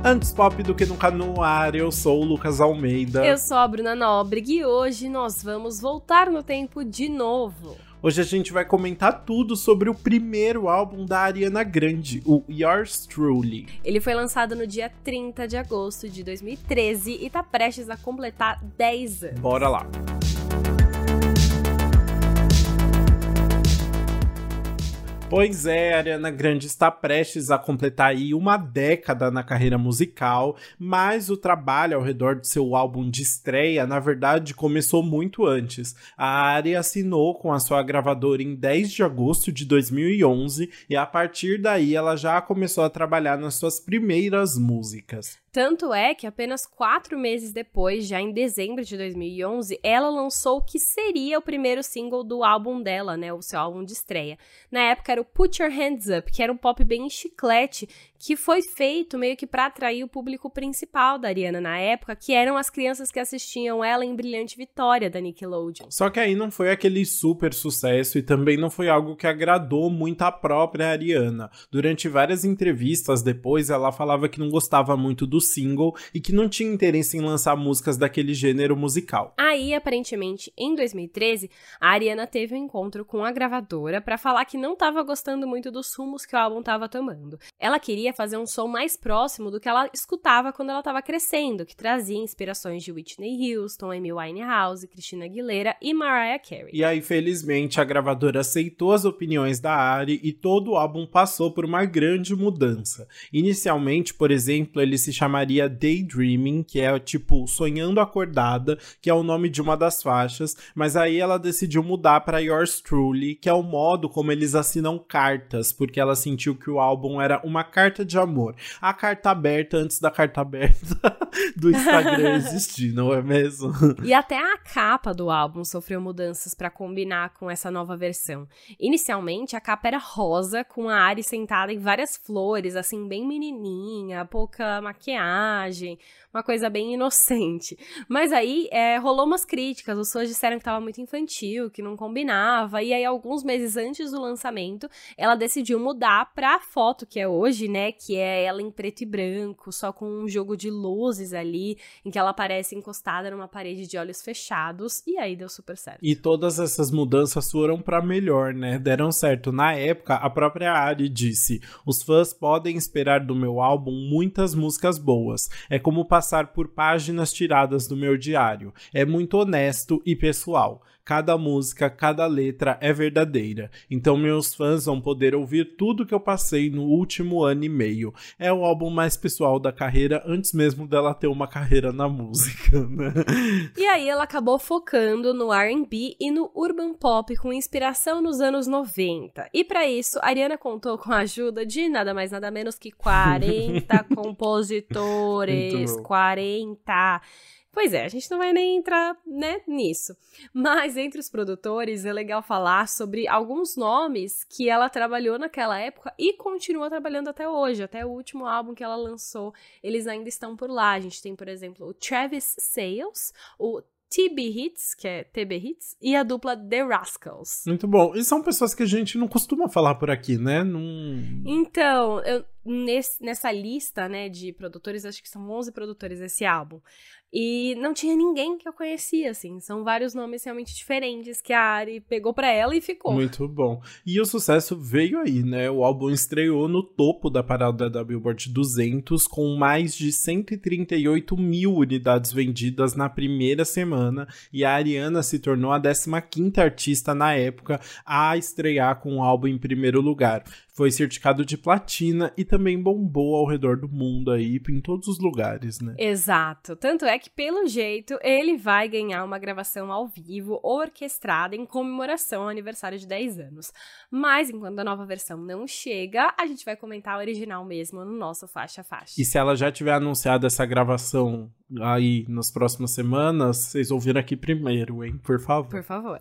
Antes pop do que nunca no ar, eu sou o Lucas Almeida. Eu sou a Bruna Nóbrega e hoje nós vamos voltar no tempo de novo. Hoje a gente vai comentar tudo sobre o primeiro álbum da Ariana Grande, o Yours Truly. Ele foi lançado no dia 30 de agosto de 2013 e tá prestes a completar 10 anos. Bora lá! Pois é, a Ariana Grande está prestes a completar aí uma década na carreira musical, mas o trabalho ao redor do seu álbum de estreia, na verdade, começou muito antes. A Ari assinou com a sua gravadora em 10 de agosto de 2011 e a partir daí ela já começou a trabalhar nas suas primeiras músicas. Tanto é que apenas 4 meses depois, já em dezembro de 2011, ela lançou o que seria o primeiro single do álbum dela, né, o seu álbum de estreia. Na época era o Put Your Hands Up, que era um pop bem chiclete, que foi feito meio que para atrair o público principal da Ariana na época, que eram as crianças que assistiam ela em Brilhante Vitória, da Nickelodeon. Só que aí não foi aquele super sucesso e também não foi algo que agradou muito a própria Ariana. Durante várias entrevistas depois, ela falava que não gostava muito do single e que não tinha interesse em lançar músicas daquele gênero musical. Aí, aparentemente, em 2013, a Ariana teve um encontro com a gravadora para falar que não estava gostando muito dos rumos que o álbum estava tomando. Ela queria fazer um som mais próximo do que ela escutava quando ela estava crescendo, que trazia inspirações de Whitney Houston, Amy Winehouse, Christina Aguilera e Mariah Carey. E aí, felizmente, a gravadora aceitou as opiniões da Ari e todo o álbum passou por uma grande mudança. Inicialmente, por exemplo, ele se chamaria Daydreaming, que é tipo Sonhando Acordada, que é o nome de uma das faixas, mas aí ela decidiu mudar para Yours Truly, que é o modo como eles assinam cartas, porque ela sentiu que o álbum era uma carta de amor. A carta aberta antes da carta aberta do Instagram existir, não é mesmo? E até a capa do álbum sofreu mudanças para combinar com essa nova versão. Inicialmente, a capa era rosa, com a Ari sentada em várias flores, assim, bem menininha, pouca maquiagem, uma coisa bem inocente. Mas aí rolou umas críticas, os fãs disseram que estava muito infantil, que não combinava, e aí alguns meses antes do lançamento, ela decidiu mudar pra foto que é hoje, né, que é ela em preto e branco, só com um jogo de luzes ali, em que ela aparece encostada numa parede de olhos fechados, e aí deu super certo. E todas essas mudanças foram pra melhor, né, deram certo. Na época, a própria Ari disse: os fãs podem esperar do meu álbum muitas músicas boas, é como passar por páginas tiradas do meu diário, é muito honesto e pessoal. Cada música, cada letra é verdadeira. Então meus fãs vão poder ouvir tudo que eu passei no último ano e meio. É o álbum mais pessoal da carreira, antes mesmo dela ter uma carreira na música, né? E aí ela acabou focando no R&B e no urban pop com inspiração nos anos 90. E pra isso, a Ariana contou com a ajuda de nada mais nada menos que 40 compositores. 40! Pois é, a gente não vai nem entrar, né, nisso. Mas entre os produtores é legal falar sobre alguns nomes que ela trabalhou naquela época e continua trabalhando até hoje. Até o último álbum que ela lançou, eles ainda estão por lá. A gente tem, por exemplo, o Travis Sayles, o TB Hits, que é TB Hits, e a dupla The Rascals. Muito bom. E são pessoas que a gente não costuma falar por aqui, né? Então, nessa lista, né, de produtores, acho que são 11 produtores desse álbum. E não tinha ninguém que eu conhecia, assim. São vários nomes realmente diferentes que a Ari pegou pra ela e ficou. Muito bom. E o sucesso veio aí, né? O álbum estreou no topo da parada da Billboard 200 com mais de 138 mil unidades vendidas na primeira semana. E a Ariana se tornou a 15ª artista na época a estrear com o álbum em primeiro lugar. Foi certificado de platina e também bombou ao redor do mundo aí, em todos os lugares, né? Exato. Tanto é que, pelo jeito, ele vai ganhar uma gravação ao vivo, orquestrada, em comemoração ao aniversário de 10 anos. Mas, enquanto a nova versão não chega, a gente vai comentar a original mesmo no nosso Faixa a Faixa. E se ela já tiver anunciado essa gravação aí nas próximas semanas, vocês ouviram aqui primeiro, hein? Por favor. Por favor.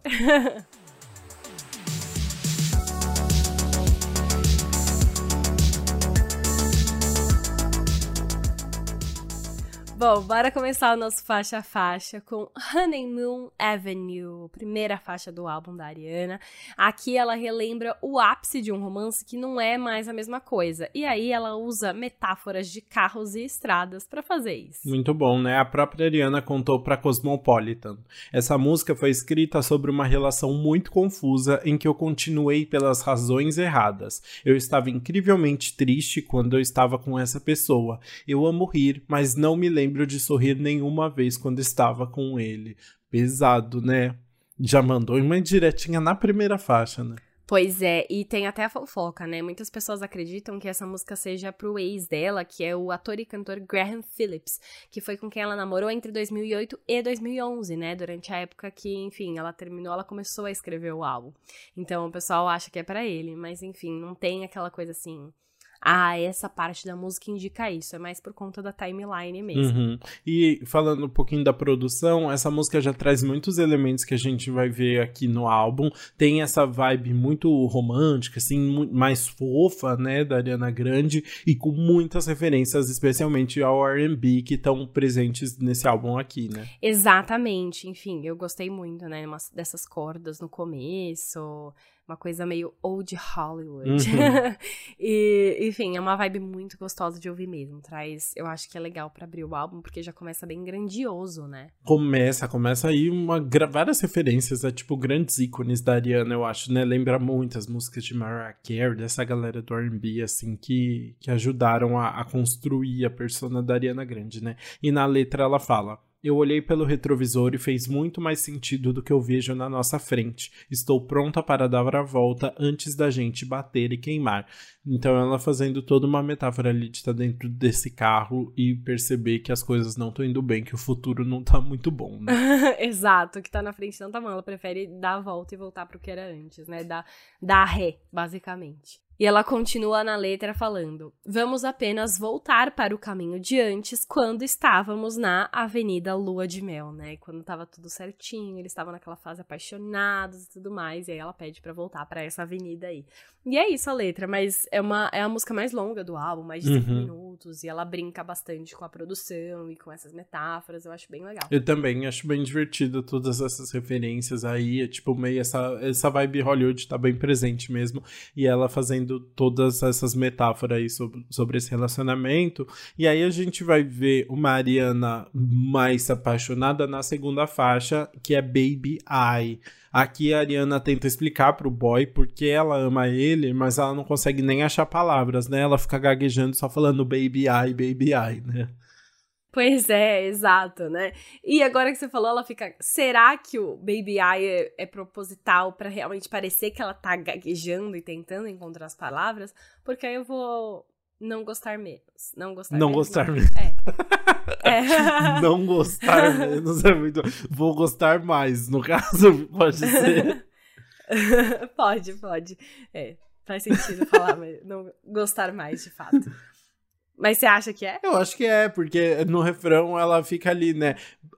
Bom, bora começar o nosso faixa a faixa com Honeymoon Avenue, primeira faixa do álbum da Ariana. Aqui ela relembra o ápice de um romance que não é mais a mesma coisa. E aí ela usa metáforas de carros e estradas pra fazer isso. Muito bom, né? A própria Ariana contou pra Cosmopolitan. Essa música foi escrita sobre uma relação muito confusa em que eu continuei pelas razões erradas. Eu estava incrivelmente triste quando eu estava com essa pessoa. Eu amo rir, mas não me lembro de sorrir nenhuma vez quando estava com ele. Pesado, né? Já mandou uma indiretinha na primeira faixa, né? Pois é, e tem até a fofoca, né? Muitas pessoas acreditam que essa música seja pro ex dela, que é o ator e cantor Graham Phillips, que foi com quem ela namorou entre 2008 e 2011, né? Durante a época que, enfim, ela terminou, ela começou a escrever o álbum. Então o pessoal acha que é pra ele, mas enfim, não tem aquela coisa assim... essa parte da música indica isso, é mais por conta da timeline mesmo. Uhum. E falando um pouquinho da produção, essa música já traz muitos elementos que a gente vai ver aqui no álbum. Tem essa vibe muito romântica, assim, mais fofa, né, da Ariana Grande, e com muitas referências, especialmente ao R&B, que estão presentes nesse álbum aqui, né? Exatamente, enfim, eu gostei muito, né, dessas cordas no começo... Uma coisa meio old Hollywood. Uhum. E, enfim, é uma vibe muito gostosa de ouvir mesmo. Eu acho que é legal pra abrir o álbum, porque já começa bem grandioso, né? Começa aí várias referências a, tipo, grandes ícones da Ariana, eu acho, né? Lembra muitas músicas de Mariah Carey, dessa galera do R&B, assim, que ajudaram a construir a persona da Ariana Grande, né? E na letra ela fala... Eu olhei pelo retrovisor e fez muito mais sentido do que eu vejo na nossa frente. Estou pronta para dar a volta antes da gente bater e queimar. Então ela fazendo toda uma metáfora ali de estar dentro desse carro e perceber que as coisas não estão indo bem, que o futuro não tá muito bom, né? Exato, o que tá na frente não tá bom. Ela prefere dar a volta e voltar pro que era antes, né? Dar ré, basicamente. E ela continua na letra falando: vamos apenas voltar para o caminho de antes quando estávamos na Avenida Lua de Mel, né? Quando tava tudo certinho, eles estavam naquela fase apaixonados e tudo mais, e aí ela pede pra voltar pra essa avenida aí. E é isso a letra, mas é a música mais longa do álbum, mais de 5 minutos, e ela brinca bastante com a produção e com essas metáforas, eu acho bem legal. Eu também acho bem divertido todas essas referências aí, é tipo meio essa vibe Hollywood tá bem presente mesmo, e ela fazendo todas essas metáforas aí sobre esse relacionamento, e aí a gente vai ver uma Ariana mais apaixonada na segunda faixa, que é Baby I. Aqui a Ariana tenta explicar pro boy porque ela ama ele, mas ela não consegue nem achar palavras, né? Ela fica gaguejando só falando baby I, né? Pois é, exato, né? E agora que você falou, ela fica... Será que o Baby I é proposital pra realmente parecer que ela tá gaguejando e tentando encontrar as palavras? Porque aí eu vou não gostar menos. Não gostar menos. Não gostar menos é muito... Vou gostar mais, no caso, pode ser. Pode. Faz sentido falar, mas não gostar mais, de fato. Mas você acha que é? Eu acho que é, porque no refrão ela fica ali, né?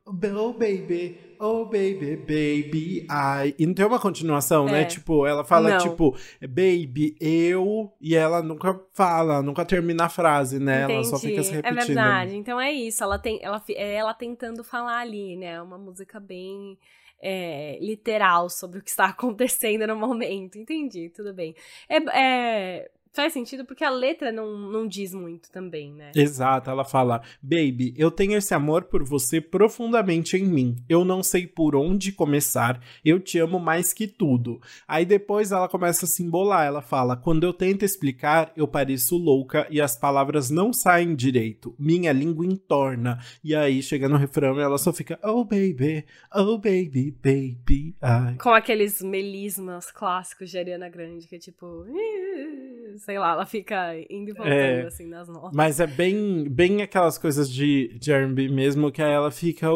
Oh baby, baby, I... E não tem uma continuação, né? Tipo, ela fala, não. Tipo, baby, eu... E ela nunca fala, nunca termina a frase, né? Entendi. Ela só fica se repetindo. É verdade, então é isso. Ela tentando falar ali, né? Uma música bem... literal sobre o que está acontecendo no momento. Entendi, tudo bem. Faz sentido porque a letra não diz muito também, né? Exato, ela fala: Baby, eu tenho esse amor por você profundamente em mim. Eu não sei por onde começar. Eu te amo mais que tudo. Aí depois ela começa a se embolar. Ela fala: Quando eu tento explicar, eu pareço louca e as palavras não saem direito. Minha língua entorna. E aí chega no refrão e ela só fica: Oh baby, baby, I... Com aqueles melismas clássicos de Ariana Grande, que é tipo... Sei lá, ela fica indo e voltando, assim, nas notas. Mas é bem aquelas coisas de R&B mesmo, que aí ela fica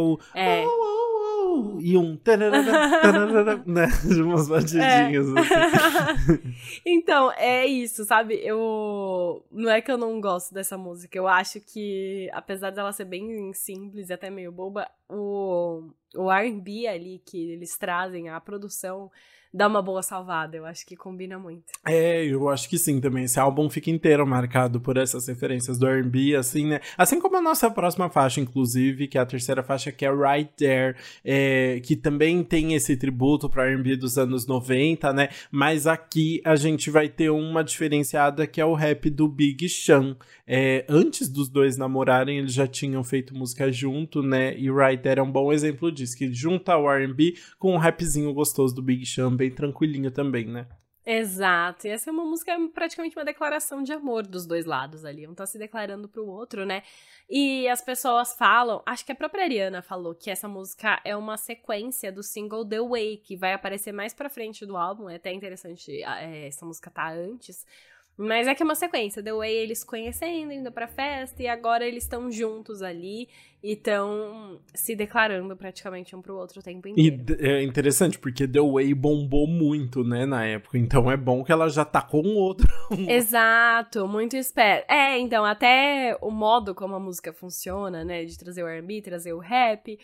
e um né, de umas batidinhas, assim. Então, é isso, sabe? Não é que eu não gosto dessa música, eu acho que, apesar dela ser bem simples e até meio boba, o R&B ali que eles trazem, a produção dá uma boa salvada, eu acho que combina muito. Eu acho que sim também. Esse álbum fica inteiro marcado por essas referências do R&B, assim, né? Assim como a nossa próxima faixa, inclusive, que é a terceira faixa, que é Right There, que também tem esse tributo para R&B dos anos 90, né? Mas aqui a gente vai ter uma diferenciada, que é o rap do Big Sean. Antes dos dois namorarem, eles já tinham feito música junto, né? E Right There é um bom exemplo disso, que junta o R&B com um rapzinho gostoso do Big Sean, bem tranquilinho também, né? Exato, e essa é uma música praticamente uma declaração de amor dos dois lados ali, um tá se declarando pro outro, né? E as pessoas falam, acho que a própria Ariana falou que essa música é uma sequência do single The Way, que vai aparecer mais pra frente do álbum, é até interessante essa música tá antes, mas é que é uma sequência, The Way eles conhecendo, indo pra festa, e agora eles estão juntos ali, e estão se declarando praticamente um pro outro o tempo inteiro. E é interessante, porque The Way bombou muito, né, na época. Então é bom que ela já tá com outro. Exato, muito esperto. Então, até o modo como a música funciona, né, de trazer o R&B, trazer o rap,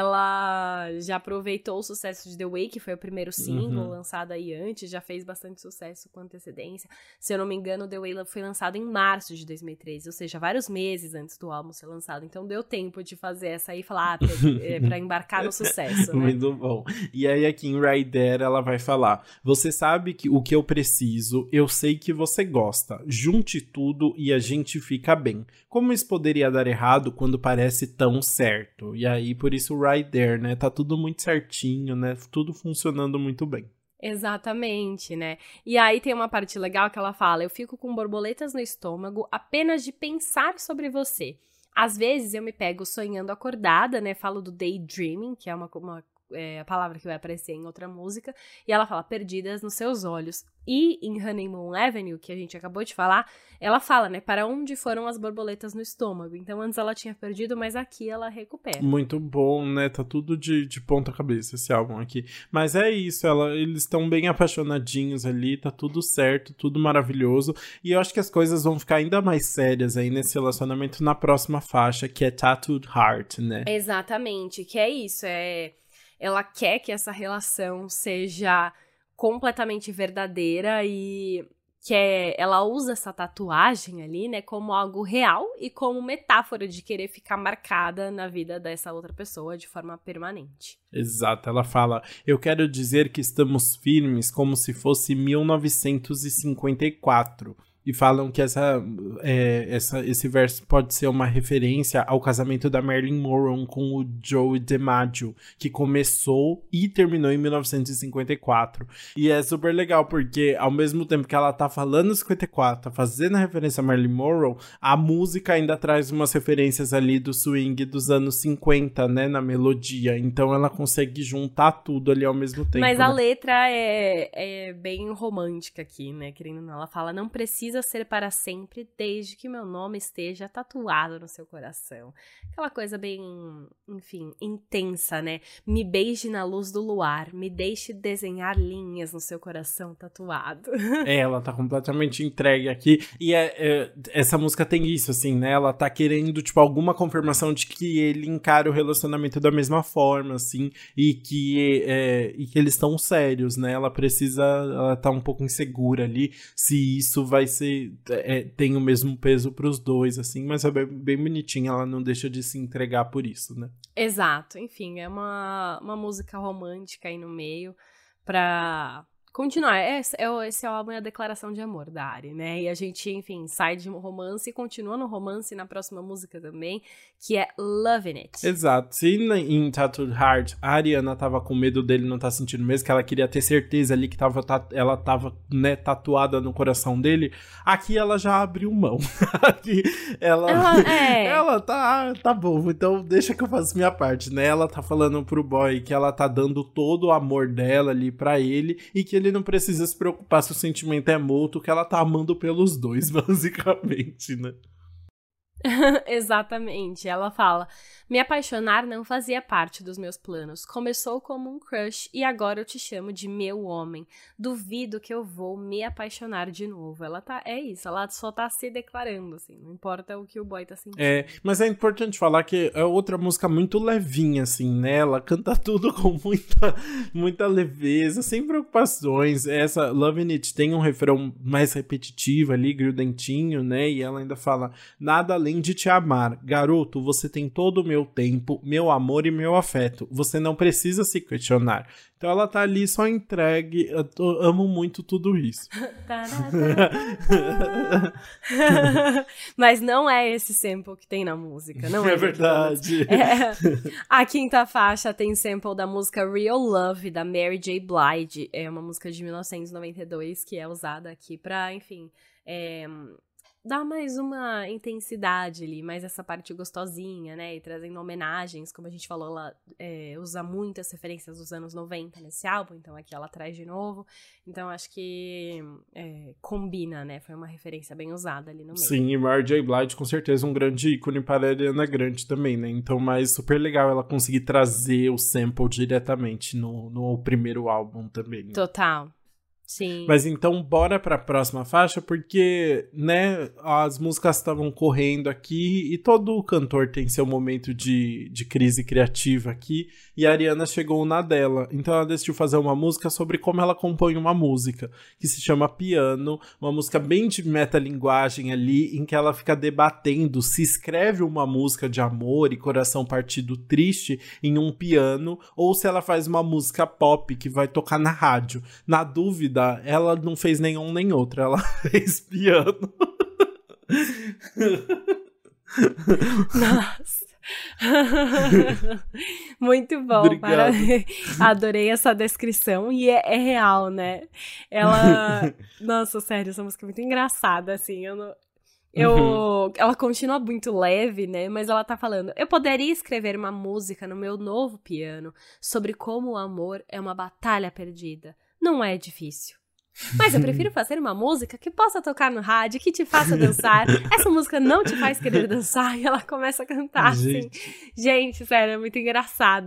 ela já aproveitou o sucesso de The Way, que foi o primeiro single lançado aí antes, já fez bastante sucesso com antecedência. Se eu não me engano, The Way foi lançado em março de 2013, ou seja, vários meses antes do álbum ser lançado. Então deu tempo de fazer essa aí e falar, pra embarcar no sucesso, né? Muito bom. E aí aqui em Right There ela vai falar: você sabe o que eu preciso, eu sei que você gosta, junte tudo e a gente fica bem. Como isso poderia dar errado quando parece tão certo? E aí por isso Right There, né? Tá tudo muito certinho, né? Tudo funcionando muito bem. Exatamente, né? E aí tem uma parte legal que ela fala: eu fico com borboletas no estômago apenas de pensar sobre você. Às vezes eu me pego sonhando acordada, né? Falo do daydreaming, que é a palavra que vai aparecer em outra música. E ela fala, perdidas nos seus olhos. E em Honeymoon Avenue, que a gente acabou de falar, ela fala, né? Para onde foram as borboletas no estômago? Então antes ela tinha perdido, mas aqui ela recupera. Muito bom, né? Tá tudo de ponta cabeça esse álbum aqui. Mas é isso, eles estão bem apaixonadinhos ali, tá tudo certo, tudo maravilhoso. E eu acho que as coisas vão ficar ainda mais sérias aí nesse relacionamento na próxima faixa, que é Tattooed Heart, né? Exatamente, que é isso, ela quer que essa relação seja completamente verdadeira e ela usa essa tatuagem ali, né, como algo real e como metáfora de querer ficar marcada na vida dessa outra pessoa de forma permanente. Exato, ela fala: eu quero dizer que estamos firmes como se fosse 1954. E falam que esse verso pode ser uma referência ao casamento da Marilyn Monroe com o Joe DiMaggio, que começou e terminou em 1954. E é super legal, porque ao mesmo tempo que ela tá falando 54, tá fazendo a referência a Marilyn Monroe, a música ainda traz umas referências ali do swing dos anos 50, né, na melodia. Então ela consegue juntar tudo ali ao mesmo tempo. Mas a letra é bem romântica aqui, né, querendo ou não. Ela fala, não precisa ser para sempre, desde que meu nome esteja tatuado no seu coração. Aquela coisa bem, enfim, intensa, né? Me beije na luz do luar, me deixe desenhar linhas no seu coração tatuado. Ela tá completamente entregue aqui. E essa música tem isso, assim, né? Ela tá querendo, tipo, alguma confirmação de que ele encara o relacionamento da mesma forma, assim, e que eles estão sérios, né? Ela tá um pouco insegura ali se isso vai ser tem o mesmo peso pros dois, assim, mas é bem bonitinha, ela não deixa de se entregar por isso, né? Exato, enfim, é uma música romântica aí no meio pra continuar. Esse álbum é a declaração de amor da Ari, né? E a gente, enfim, sai de um romance e continua no romance na próxima música também, que é Lovin' It. Exato. Se em Tattooed Heart a Ariana tava com medo dele não tá sentindo mesmo, que ela queria ter certeza ali que ela tava, né, tatuada no coração dele, aqui ela já abriu mão. Aqui ela tá bom, então deixa que eu faça minha parte, né? Ela tá falando pro boy que ela tá dando todo o amor dela ali pra ele e que ele não precisa se preocupar se o sentimento é mútuo, que ela tá amando pelos dois, basicamente, né? Exatamente. Ela fala: me apaixonar não fazia parte dos meus planos. Começou como um crush e agora eu te chamo de meu homem. Duvido que eu vou me apaixonar de novo. É isso, ela só tá se declarando, assim. Não importa o que o boy tá sentindo. Mas é importante falar que é outra música muito levinha, assim, né? Ela canta tudo com muita leveza, sem preocupações. Essa Lovin' It tem um refrão mais repetitivo ali, grudentinho, né? E ela ainda fala: nada além de te amar. Garoto, você tem todo o meu tempo, meu amor e meu afeto. Você não precisa se questionar. Então ela tá ali só entregue. Eu amo muito tudo isso. Mas não é esse sample que tem na música, não é? É verdade. A quinta faixa tem sample da música Real Love, da Mary J. Blige. É uma música de 1992 que é usada aqui pra, enfim, dá mais uma intensidade ali, mais essa parte gostosinha, né, e trazendo homenagens, como a gente falou, ela usa muitas referências dos anos 90 nesse álbum, então aqui ela traz de novo, então acho que combina, né, foi uma referência bem usada ali no meio. Sim, e Mary J. Blige com certeza um grande ícone para a Ariana Grande também, né, então, mas super legal ela conseguir trazer o sample diretamente no primeiro álbum também. Né? Total. Sim. Mas então, bora pra próxima faixa, porque, né, as músicas estavam correndo aqui e todo cantor tem seu momento de crise criativa aqui, e a Ariana chegou na dela. Então ela decidiu fazer uma música sobre como ela compõe uma música, que se chama Piano, uma música bem de metalinguagem ali, em que ela fica debatendo se escreve uma música de amor e coração partido triste em um piano, ou se ela faz uma música pop que vai tocar na rádio. Na dúvida, ela não fez nenhum nem outro, ela fez piano. Nossa. Muito bom, parabéns. Adorei essa descrição e é real, né? Ela... Nossa, sério, essa música é muito engraçada, assim, ela continua muito leve, né? Mas ela tá falando: eu poderia escrever uma música no meu novo piano sobre como o amor é uma batalha perdida. Não é difícil. Mas eu prefiro fazer uma música que possa tocar no rádio, que te faça dançar. Essa música não te faz querer dançar. E ela começa a cantar assim. Gente, sério, é muito engraçado.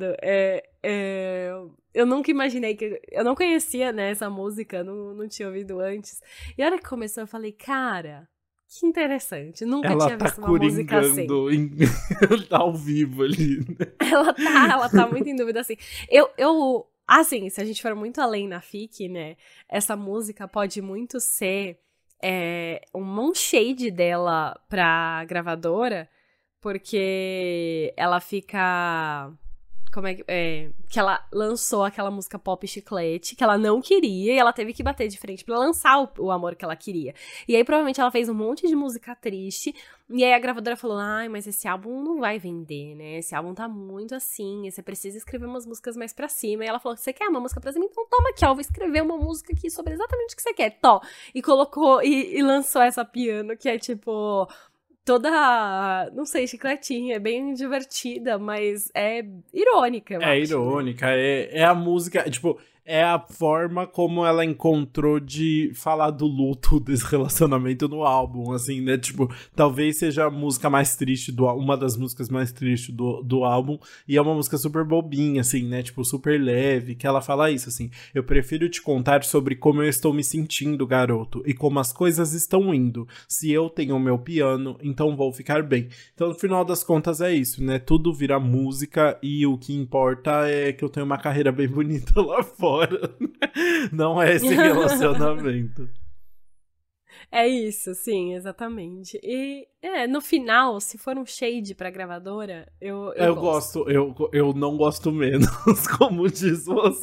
Eu nunca imaginei que... Eu não conhecia, né, essa música, não tinha ouvido antes. E a hora que começou, eu falei: cara, que interessante. Nunca tinha visto uma música assim. Tá ao vivo ali, né? Ela tá muito em dúvida, assim. Assim, se a gente for muito além na FIC, né, essa música pode muito ser um shade dela pra gravadora, porque ela fica... que ela lançou aquela música pop chiclete, que ela não queria, e ela teve que bater de frente pra lançar o amor que ela queria. E aí, provavelmente, ela fez um monte de música triste, e aí a gravadora falou: ai, mas esse álbum não vai vender, né? Esse álbum tá muito assim, você precisa escrever umas músicas mais pra cima. E ela falou: você quer uma música pra cima? Então toma aqui, ó, eu vou escrever uma música aqui sobre exatamente o que você quer, tó. E colocou, e lançou essa piano, que é tipo... toda, não sei, chicletinha, é bem divertida, mas é irônica, eu acho. Irônica, é a música, tipo, é a forma como ela encontrou de falar do luto desse relacionamento no álbum, assim, né, tipo, talvez seja a música mais triste, uma das músicas mais tristes do álbum, e é uma música super bobinha, assim, né, tipo, super leve, que ela fala isso, assim: eu prefiro te contar sobre como eu estou me sentindo, garoto, e como as coisas estão indo. Se eu tenho o meu piano, então vou ficar bem. Então, no final das contas, é isso, né, tudo vira música, e o que importa é que eu tenho uma carreira bem bonita lá fora. Não é esse relacionamento. É isso, sim, exatamente. E no final, se for um shade pra gravadora, eu gosto. Eu não gosto menos, como diz você.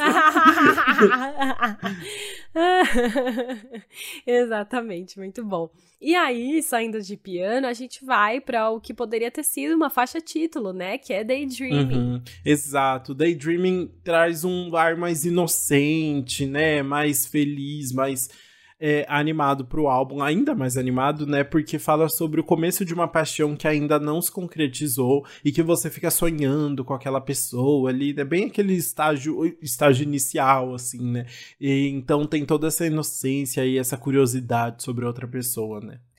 Exatamente, muito bom. E aí, saindo de piano, a gente vai pra o que poderia ter sido uma faixa título, né? Que é Daydreaming. Exato. Daydreaming traz um ar mais inocente, né? Mais feliz, mais... animado pro álbum, ainda mais animado, né, porque fala sobre o começo de uma paixão que ainda não se concretizou e que você fica sonhando com aquela pessoa ali, né, bem aquele estágio inicial, assim, né, e então tem toda essa inocência e essa curiosidade sobre outra pessoa, né.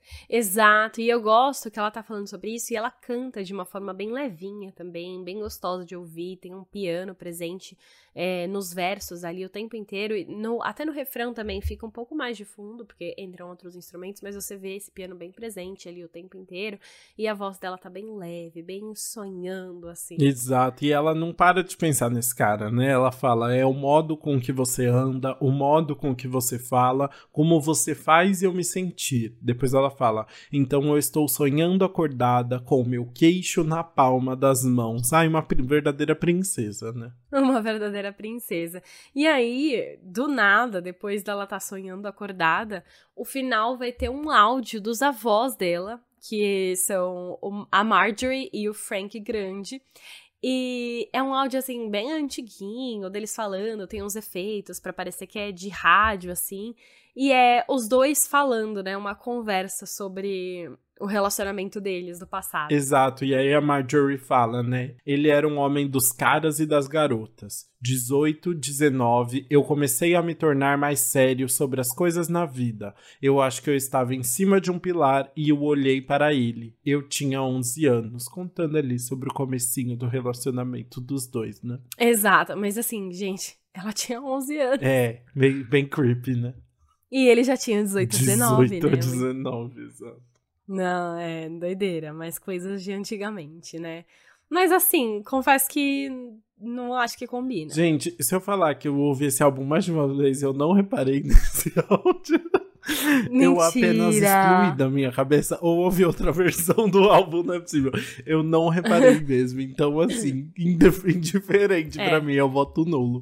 Exato, e eu gosto que ela tá falando sobre isso e ela canta de uma forma bem levinha também, bem gostosa de ouvir, tem um piano presente nos versos ali o tempo inteiro, e até no refrão também fica um pouco mais de fundo, porque entram outros instrumentos, mas você vê esse piano bem presente ali o tempo inteiro, e a voz dela tá bem leve, bem sonhando, assim. Exato, e ela não para de pensar nesse cara, né? Ela fala, é o modo com que você anda, o modo com que você fala, como você faz eu me sentir. Depois ela fala, então eu estou sonhando acordada com o meu queixo na palma das mãos. Ai, uma verdadeira princesa, né? Uma verdadeira princesa. E aí, do nada, depois dela tá sonhando acordada, o final vai ter um áudio dos avós dela, que são a Marjorie e o Frank Grande. E é um áudio, assim, bem antiguinho, deles falando, tem uns efeitos pra parecer que é de rádio, assim. E é os dois falando, né, uma conversa sobre o relacionamento deles do passado. Exato, e aí a Marjorie fala, né? Ele era um homem dos caras e das garotas. 18, 19, eu comecei a me tornar mais sério sobre as coisas na vida. Eu acho que eu estava em cima de um pilar e eu olhei para ele. Eu tinha 11 anos, contando ali sobre o comecinho do relacionamento dos dois, né? Exato, mas assim, gente, ela tinha 11 anos. É, bem creepy, né? E ele já tinha 18, 19, 18 né? 19, exato. Não, é doideira, mas coisas de antigamente, né? Mas assim, confesso que não acho que combina. Gente, se eu falar que eu ouvi esse álbum mais de uma vez, eu não reparei nesse áudio. Mentira. Eu apenas excluí da minha cabeça ou ouvi outra versão do álbum, não é possível. Eu não reparei mesmo. Então, assim, indiferente pra mim, eu voto nulo.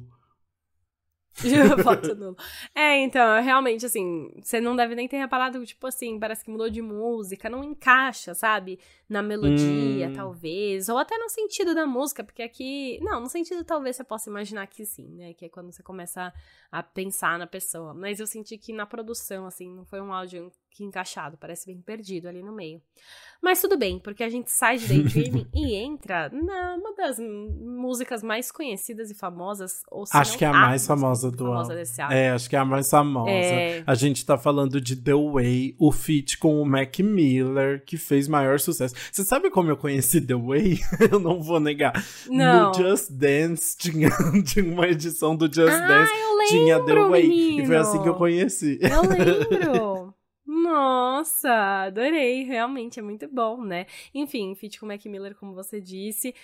Voto nulo. Então, realmente, assim, você não deve nem ter reparado, tipo assim, parece que mudou de música, não encaixa, sabe? Na melodia, talvez, ou até no sentido da música, porque aqui... Não, no sentido talvez você possa imaginar que sim, né? Que é quando você começa a pensar na pessoa. Mas eu senti que na produção, assim, não foi um áudio que encaixado, parece bem perdido ali no meio. Mas tudo bem, porque a gente sai de Daydreaming e entra numa das músicas mais conhecidas e famosas, ou se acho não, que é a mais famosa do famosa álbum. desse álbum. Acho que é a mais famosa. A gente tá falando de The Way, o feat com o Mac Miller, que fez maior sucesso. Você sabe como eu conheci The Way? Eu não vou negar. Não. No Just Dance, tinha uma edição do Just Dance, eu lembro, tinha The Way. menino. E foi assim que eu conheci. Eu lembro. Nossa, adorei, realmente é muito bom, né? Enfim, feat com o Mac Miller, como você disse,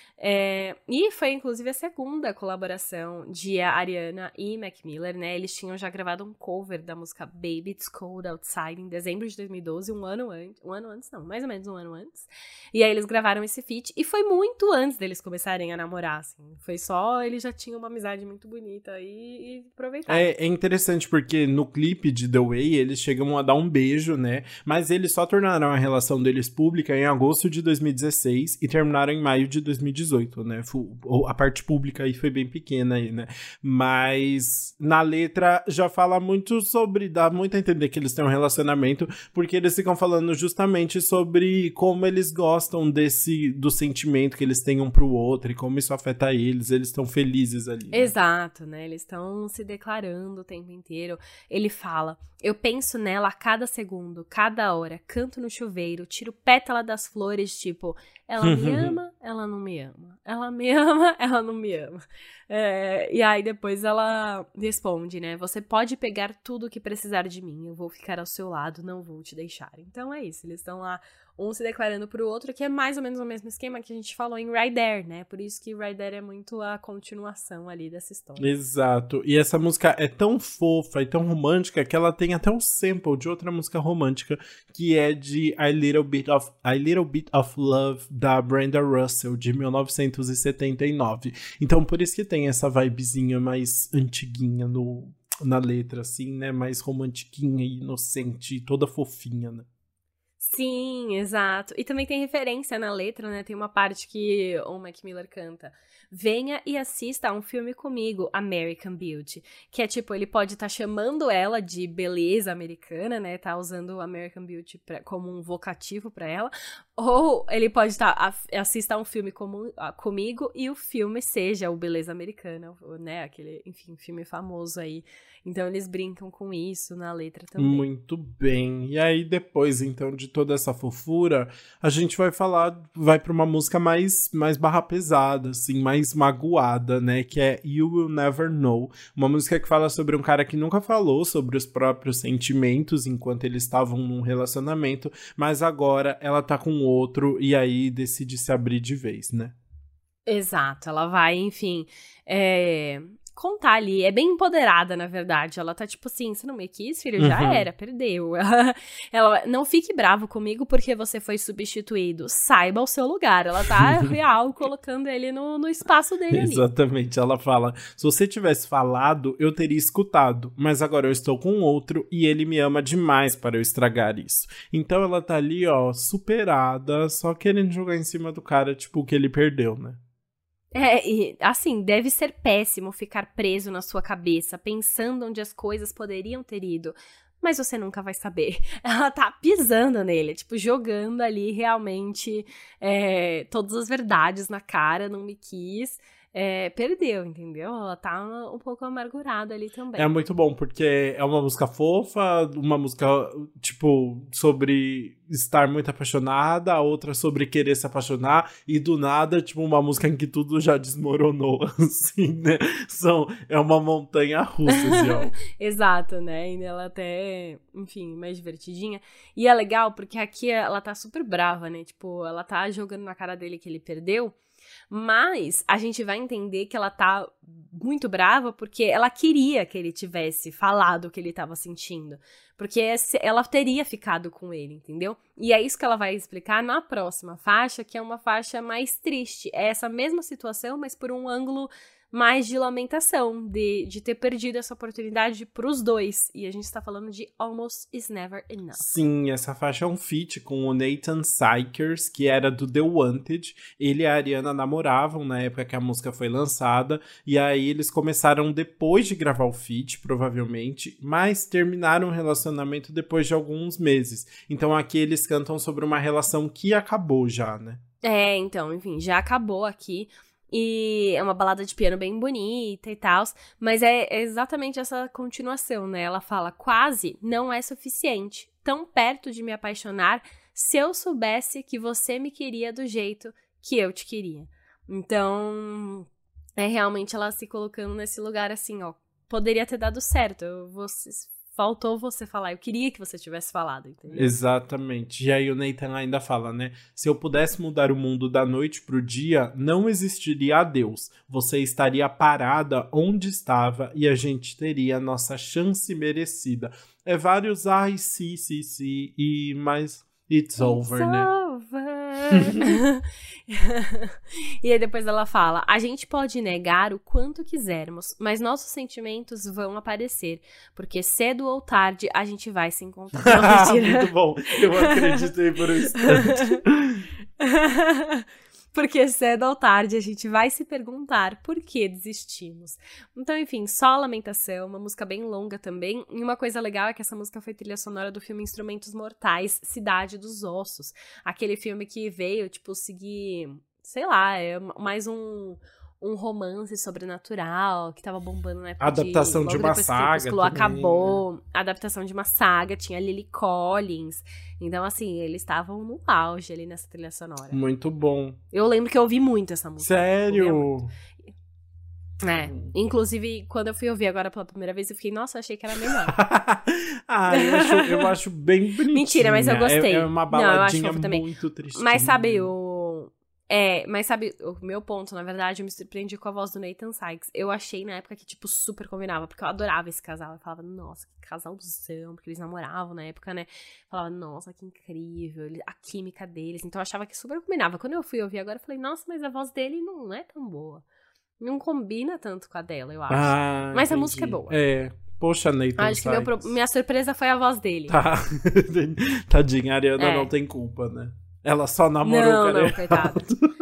e foi inclusive a segunda colaboração de Ariana e Mac Miller, né? Eles tinham já gravado um cover da música Baby It's Cold Outside em dezembro de 2012, mais ou menos um ano antes. E aí eles gravaram esse feat e foi muito antes deles começarem a namorar, assim. Foi só, eles já tinham uma amizade muito bonita e aproveitaram. É interessante porque no clipe de The Way eles chegam a dar um beijo, né? Mas eles só tornaram a relação deles pública em agosto de 2016 e terminaram em maio de 2018, né? A parte pública aí foi bem pequena aí, né? Mas na letra já fala muito sobre, dá muito a entender que eles têm um relacionamento, porque eles ficam falando justamente sobre como eles gostam do sentimento que eles têm um pro outro e como isso afeta eles estão felizes ali. Né? Exato, né? Eles estão se declarando o tempo inteiro. Ele fala, eu penso nela a cada segundo, cada hora, canto no chuveiro, tiro pétala das flores, tipo, ela me ama, ela não me ama. Ela me ama, ela não me ama. E aí depois ela responde, né? Você pode pegar tudo o que precisar de mim, eu vou ficar ao seu lado, não vou te deixar. Então é isso, eles estão lá, um se declarando pro outro, que é mais ou menos o mesmo esquema que a gente falou em Right There, né? Por isso que Right There é muito a continuação ali dessa história. Exato. E essa música é tão fofa e tão romântica que ela tem até um sample de outra música romântica que é de A Little Bit of Love, da Brenda Russell, de 1979. Então por isso que tem essa vibezinha mais antiguinha na letra, assim, né? Mais romantiquinha e inocente, toda fofinha, né? Sim, exato. E também tem referência na letra, né? Tem uma parte que o Mac Miller canta. Venha e assista a um filme comigo, American Beauty. Que é tipo, ele pode estar chamando ela de beleza americana, né? Tá usando American Beauty como um vocativo pra ela. Ou ele pode assista a um filme comigo e o filme seja o Beleza Americana, né? Aquele, enfim, filme famoso aí. Então eles brincam com isso na letra também. Muito bem. E aí depois, então, de toda essa fofura, a gente vai pra uma música mais barra pesada, assim, mais magoada, né? Que é You Will Never Know. Uma música que fala sobre um cara que nunca falou sobre os próprios sentimentos enquanto eles estavam num relacionamento, mas agora ela tá com outro e aí decide se abrir de vez, né? Exato, ela vai, enfim, contar ali, é bem empoderada, na verdade, ela tá tipo assim, você não me quis, filho? Já era, perdeu. Ela, não fique bravo comigo porque você foi substituído, saiba o seu lugar, ela tá real colocando ele no espaço dele ali. Exatamente, ela fala, se você tivesse falado, eu teria escutado, mas agora eu estou com outro e ele me ama demais para eu estragar isso. Então ela tá ali, ó, superada, só querendo jogar em cima do cara, tipo, que ele perdeu, né? E assim, deve ser péssimo ficar preso na sua cabeça, pensando onde as coisas poderiam ter ido. Mas você nunca vai saber. Ela tá pisando nele, tipo, jogando ali realmente todas as verdades na cara, não me quis. Perdeu, entendeu? Ela tá um pouco amargurada ali também. É muito bom, porque é uma música fofa, uma música, tipo, sobre estar muito apaixonada, a outra sobre querer se apaixonar, e do nada, tipo, uma música em que tudo já desmoronou, assim, né? É uma montanha russa, assim, ó. Exato, né? E ela até, enfim, mais divertidinha. E é legal, porque aqui ela tá super brava, né? Tipo, ela tá jogando na cara dele que ele perdeu, mas a gente vai entender que ela tá muito brava porque ela queria que ele tivesse falado o que ele tava sentindo. Porque ela teria ficado com ele, entendeu? E é isso que ela vai explicar na próxima faixa, que é uma faixa mais triste. É essa mesma situação, mas por um ângulo mais de lamentação, de ter perdido essa oportunidade pros dois. E a gente tá falando de Almost Is Never Enough. Sim, essa faixa é um feat com o Nathan Sykers, que era do The Wanted. Ele e a Ariana namoravam na época que a música foi lançada, e aí eles começaram depois de gravar o feat, provavelmente, mas terminaram o relacionamento depois de alguns meses. Então aqui eles cantam sobre uma relação que acabou já, né? Então, enfim, já acabou aqui. E é uma balada de piano bem bonita e tal, mas é exatamente essa continuação, né? Ela fala, quase não é suficiente, tão perto de me apaixonar, se eu soubesse que você me queria do jeito que eu te queria. Então, é realmente ela se colocando nesse lugar assim, ó, poderia ter dado certo, faltou você falar, eu queria que você tivesse falado, entendeu? Exatamente. E aí o Nathan ainda fala, né? Se eu pudesse mudar o mundo da noite pro dia, não existiria adeus. Você estaria parada onde estava e a gente teria a nossa chance merecida. É vários ai, sim, e mais it's over, né? E aí depois ela fala, a gente pode negar o quanto quisermos, mas nossos sentimentos vão aparecer, porque cedo ou tarde a gente vai se encontrar. Não, muito bom, eu acreditei por um instante. Porque cedo ou tarde a gente vai se perguntar por que desistimos. Então, enfim, só lamentação, uma música bem longa também. E uma coisa legal é que essa música foi trilha sonora do filme Instrumentos Mortais, Cidade dos Ossos. Aquele filme que veio, tipo, seguir, sei lá, é mais um romance sobrenatural que tava bombando na época adaptação de uma saga também, acabou, né? Adaptação de uma saga, tinha Lily Collins. Então, assim, eles estavam no auge ali nessa trilha sonora. Muito bom. Eu lembro que eu ouvi muito essa música. Sério? Inclusive, quando eu fui ouvir agora pela primeira vez, eu fiquei, nossa, achei que era melhor. Eu acho bem bonitinha. Mentira, mas eu gostei. É uma baladinha muito triste. Mas sabe, o meu ponto, na verdade, eu me surpreendi com a voz do Nathan Sykes. Eu achei na época que, tipo, super combinava, porque eu adorava esse casal. Eu falava, nossa, que casalzão, porque eles namoravam na época, né? Eu falava, nossa, que incrível, a química deles. Então eu achava que super combinava. Quando eu fui ouvir agora, eu falei, nossa, mas a voz dele não é tão boa. Não combina tanto com a dela, eu acho. Mas entendi. A música é boa. Poxa, Nathan acho que minha surpresa foi a voz dele. Tá. Tadinha, a Ariana não tem culpa, né? Ela só namorou o cara. Não, coitada.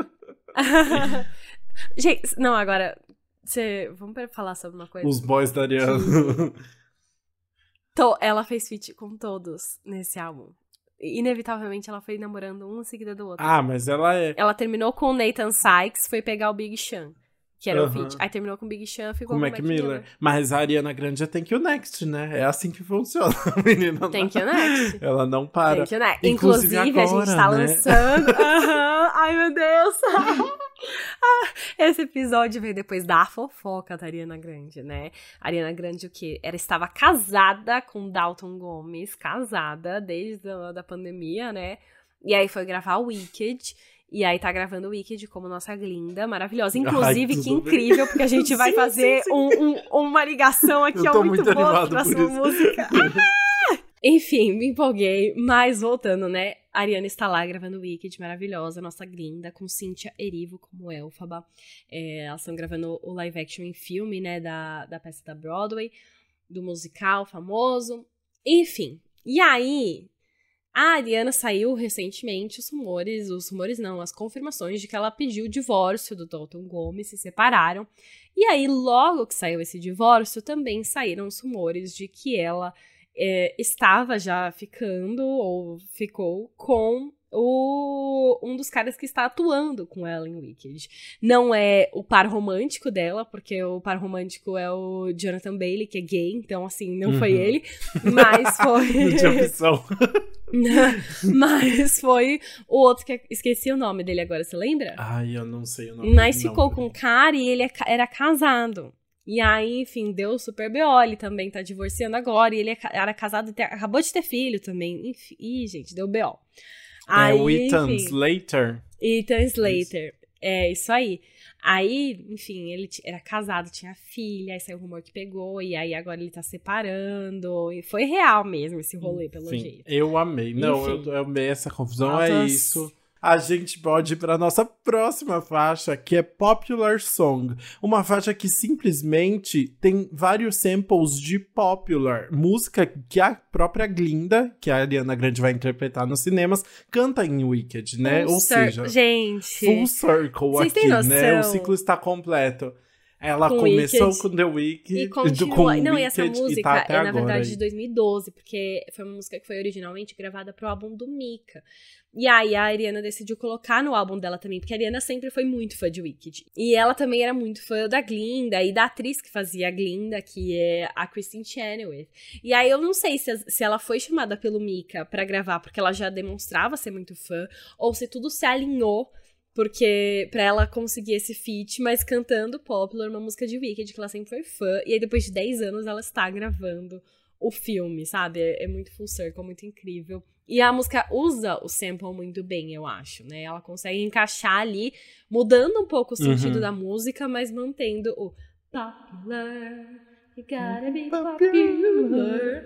Gente, não, agora, vamos falar sobre uma coisa. Os boys da Ariana. Ela fez feat com todos nesse álbum. inevitavelmente ela foi namorando um em seguida do outro. Ah, mas ela é... Ela terminou com o Nathan Sykes, foi pegar o Big Sean, que era o Aham. feat. Aí terminou com o Big Sean, ficou Com com o o Mac Mac Miller. Mas a Ariana Grande tem que o Next, né? É assim que funciona, menina. Tem que o Next. Ela não para. Tem que o Next. Inclusive Inclusive, agora, a gente tá né? lançando... Aham. Ai, meu Deus. Esse episódio veio depois da fofoca da Ariana Grande, né? A Ariana Grande, o quê? Ela estava casada com Dalton Gomes, casada desde a pandemia, né? E aí foi gravar o Wicked. E aí tá gravando o Wicked como nossa Glinda, maravilhosa. Inclusive, Ai, que tudo bem. incrível, porque a gente vai Sim, fazer sim. uma ligação aqui, Eu ó, tô muito muito boa animado pra por sua isso. música. Enfim, me empolguei, mas voltando, né? A Ariana está lá gravando Wicked, maravilhosa, nossa Glinda, com Cynthia Erivo como Elphaba. Elas estão gravando o live action em filme, né, da peça da Broadway, do musical famoso. Enfim, e aí, a Ariana saiu recentemente as confirmações de que ela pediu o divórcio do Dalton Gomes, se separaram. E aí, logo que saiu esse divórcio, também saíram os rumores de que ela estava já ficando, ou ficou, com um dos caras que está atuando com ela em Wicked. Não é o par romântico dela, porque o par romântico é o Jonathan Bailey, que é gay, então, assim, não foi ele, mas foi... Não tinha opção. Mas foi o outro que esqueci o nome dele agora, você lembra? Ai, eu não sei o nome. Mas não, ficou com o cara e ele era casado. E aí, enfim, deu super B.O. Ele também tá divorciando agora. E ele era casado e acabou de ter filho também. Enfim, gente, deu B.O. Aí, o Ethan enfim, Slater. Ethan Slater. É, isso aí. Aí, enfim, ele era casado, tinha filha, aí saiu o rumor que pegou, e aí agora ele tá separando. E foi real mesmo esse rolê, pelo jeito. Eu amei. Não, Enfim. eu amei essa confusão, Nossa. é isso. A gente pode ir para nossa próxima faixa, que é Popular Song. Uma faixa que simplesmente tem vários samples de Popular. Música que a própria Glinda, que a Ariana Grande vai interpretar nos cinemas, canta em Wicked, né? Ou seja, gente, full circle vocês aqui, têm noção? né? O ciclo está completo. Ela Com começou Wicked. com The Wicked, E continua. com Não, e essa Wicked, música e tá até é, agora na verdade, aí. de 2012, porque foi uma música que foi originalmente gravada pro álbum do Mika. E aí a Ariana decidiu colocar no álbum dela também, porque a Ariana sempre foi muito fã de Wicked. E ela também era muito fã da Glinda e da atriz que fazia a Glinda, que é a Kristen Chenoweth. E aí eu não sei se ela foi chamada pelo Mika pra gravar, porque ela já demonstrava ser muito fã, ou se tudo se alinhou porque pra ela conseguir esse feat, mas cantando Popular, uma música de Wicked, que ela sempre foi fã. E aí depois de 10 anos ela está gravando o filme, sabe? É muito full circle, muito incrível. E a música usa o sample muito bem, eu acho, né? Ela consegue encaixar ali, mudando um pouco o sentido da música, mas mantendo o popular, you gotta be popular.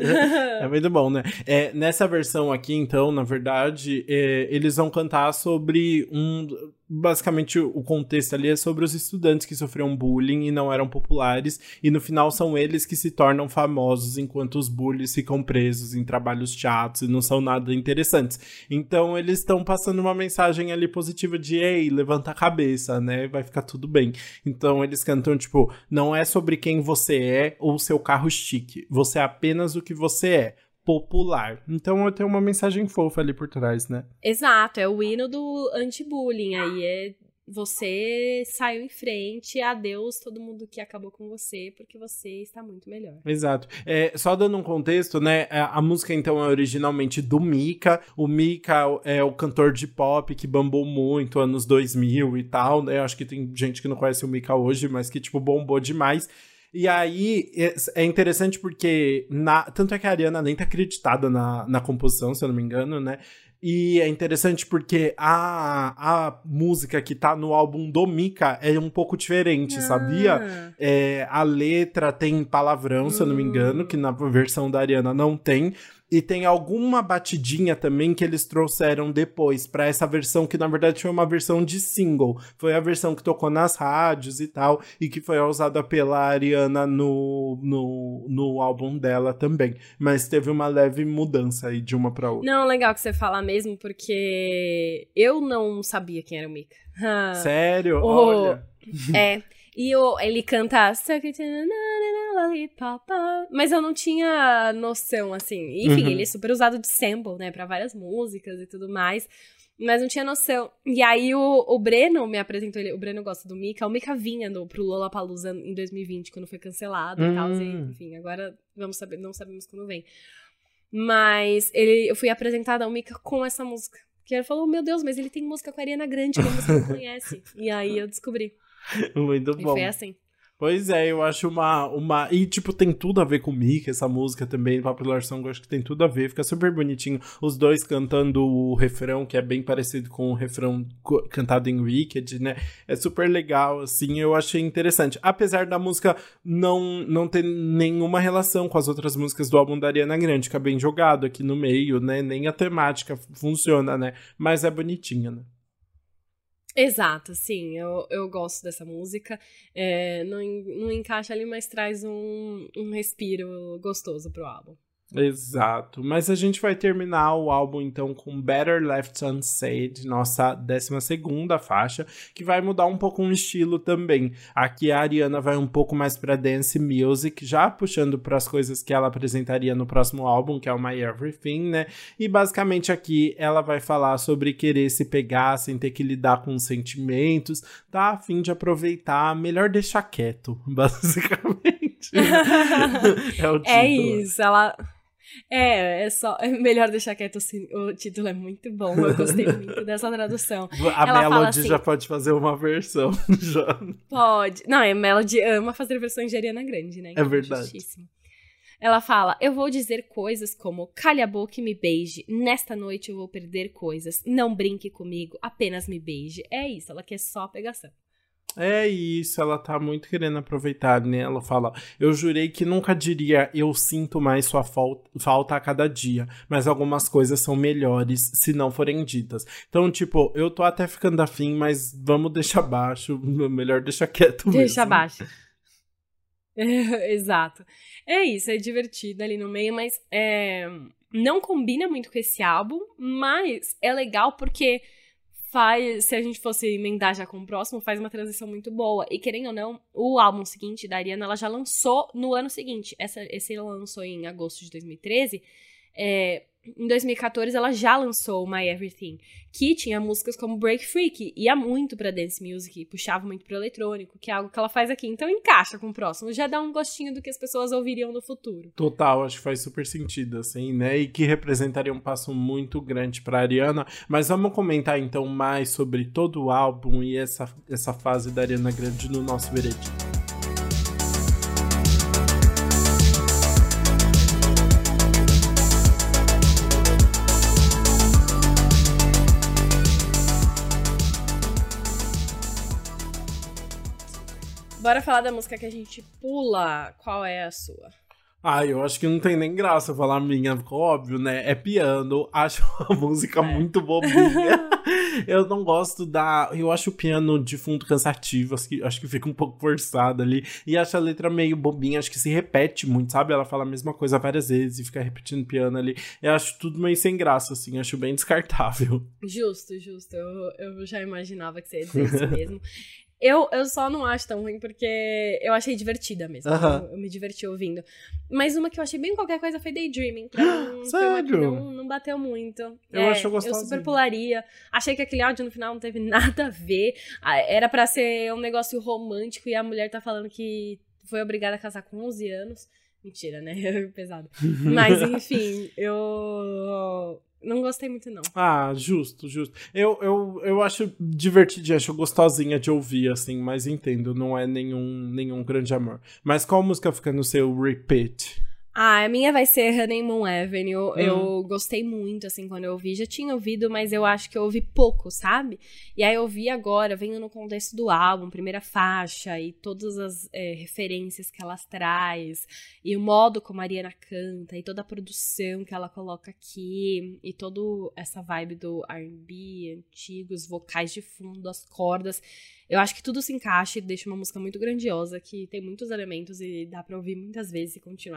É muito bom, né? Nessa versão aqui, então, na verdade, eles vão cantar sobre basicamente, o contexto ali é sobre os estudantes que sofriam bullying e não eram populares, e no final são eles que se tornam famosos, enquanto os bullies ficam presos em trabalhos chatos e não são nada interessantes. Então, eles estão passando uma mensagem ali positiva de, ei, levanta a cabeça, né? Vai ficar tudo bem. Então, eles cantam, tipo, não é sobre quem você é ou seu carro chique. Você é apenas o que você é. Popular. Então eu tenho uma mensagem fofa ali por trás, né? Exato, é o hino do anti-bullying. Aí é você saiu em frente, adeus todo mundo que acabou com você, porque você está muito melhor. Exato. Só dando um contexto, né? A música, então, é originalmente do Mika. O Mika é o cantor de pop que bombou muito, anos 2000 e tal, né? Eu acho que tem gente que não conhece o Mika hoje, mas que, tipo, bombou demais. E aí, é interessante porque, tanto é que a Ariana nem tá acreditada na composição, se eu não me engano, né? E é interessante porque a música que tá no álbum do Mika é um pouco diferente, sabia? A letra tem palavrão, se eu não me engano, que na versão da Ariana não tem. E tem alguma batidinha também que eles trouxeram depois pra essa versão, que na verdade foi uma versão de single. Foi a versão que tocou nas rádios e tal, e que foi usada pela Ariana no álbum dela também. Mas teve uma leve mudança aí de uma pra outra. Não, legal que você fala mesmo, porque eu não sabia quem era o Mika. Sério? Olha. E ele canta Suck it in a lollipop. Mas eu não tinha noção, assim. Enfim, ele é super usado de sample, né? Pra várias músicas e tudo mais. Mas não tinha noção. E aí o Breno me apresentou ele. O Breno gosta do Mika. O Mika vinha pro Lollapalooza em 2020, quando foi cancelado e tal. E, enfim, agora não sabemos quando vem. Mas eu fui apresentada ao Mika com essa música. Que ele falou, meu Deus, mas ele tem música com a Ariana Grande, que você não conhece. E aí eu descobri. Muito bom. E foi assim. Pois é, eu acho uma... E, tipo, tem tudo a ver com o Mika, essa música também, Popular Song, eu acho que tem tudo a ver, fica super bonitinho. Os dois cantando o refrão, que é bem parecido com o refrão cantado em Wicked, né? É super legal, assim, eu achei interessante. Apesar da música não ter nenhuma relação com as outras músicas do álbum da Ariana Grande, fica bem jogado aqui no meio, né? Nem a temática funciona, né? Mas é bonitinha, né? Exato, sim, eu gosto dessa música, não encaixa ali, mas traz um respiro gostoso pro álbum. Exato, mas a gente vai terminar o álbum então com Better Left Unsaid, nossa 12ª faixa, que vai mudar um pouco o estilo também. Aqui a Ariana vai um pouco mais pra dance music, já puxando para as coisas que ela apresentaria no próximo álbum, que é o My Everything, né? E basicamente aqui ela vai falar sobre querer se pegar sem ter que lidar com sentimentos, tá a fim de aproveitar, melhor deixar quieto, basicamente. É o título. É isso, é melhor deixar quieto assim. O título é muito bom, eu gostei muito dessa tradução. A Melody assim, já pode fazer uma versão. Já. Pode. Não, a Melody ama fazer versões de Ariana Grande, né? É verdade. Justíssimo. Ela fala, eu vou dizer coisas como, calhe a boca e me beije, nesta noite eu vou perder coisas, não brinque comigo, apenas me beije. É isso, ela quer só pegação. É isso, ela tá muito querendo aproveitar, né? Ela fala, eu jurei que nunca diria eu sinto mais sua falta a cada dia, mas algumas coisas são melhores se não forem ditas. Então, tipo, eu tô até ficando afim, mas vamos deixar baixo, melhor deixar quieto mesmo. Deixa baixo. Exato. É isso, é divertido ali no meio, mas não combina muito com esse álbum, mas é legal porque se a gente fosse emendar já com o próximo, faz uma transição muito boa. E querendo ou não, o álbum seguinte da Ariana, ela já lançou no ano seguinte. Esse ela lançou em agosto de 2013. Em 2014, ela já lançou My Everything, que tinha músicas como Break Free, que ia muito pra dance music, puxava muito pro eletrônico, que é algo que ela faz aqui. Então encaixa com o próximo, já dá um gostinho do que as pessoas ouviriam no futuro. Total, acho que faz super sentido, assim, né? E que representaria um passo muito grande pra Ariana. Mas vamos comentar, então, mais sobre todo o álbum e essa fase da Ariana Grande no nosso veredito. Bora falar da música que a gente pula. Qual é a sua? Eu acho que não tem nem graça falar a minha, óbvio, né? É piano, acho a música muito bobinha. Eu não gosto eu acho o piano de fundo cansativo, acho que fica um pouco forçado ali. E acho a letra meio bobinha, acho que se repete muito, sabe? Ela fala a mesma coisa várias vezes e fica repetindo o piano ali. Eu acho tudo meio sem graça, assim, acho bem descartável. Justo. Eu já imaginava que você ia dizer isso mesmo. Eu só não acho tão ruim porque eu achei divertida mesmo. Eu me diverti ouvindo. Mas uma que eu achei bem qualquer coisa foi Daydreaming. Sério? Não bateu muito. Eu acho gostosinho. Eu super pularia. Achei que aquele áudio no final não teve nada a ver. Era pra ser um negócio romântico e a mulher tá falando que foi obrigada a casar com 11 anos. Mentira, né? Pesado. Mas, enfim, eu não gostei muito, não. Justo. Eu acho divertidinha, acho gostosinha de ouvir, assim, mas entendo, não é nenhum grande amor. Mas qual música fica no seu repeat? A minha vai ser Honeymoon Avenue. Eu gostei muito, assim, quando eu ouvi. Já tinha ouvido, mas eu acho que eu ouvi pouco, sabe? E aí eu ouvi agora, vendo no contexto do álbum, primeira faixa, e todas as referências que ela traz, e o modo como a Ariana canta, e toda a produção que ela coloca aqui, e toda essa vibe do R&B antigo, os vocais de fundo, as cordas. Eu acho que tudo se encaixa e deixa uma música muito grandiosa, que tem muitos elementos e dá pra ouvir muitas vezes e continuar descobrindo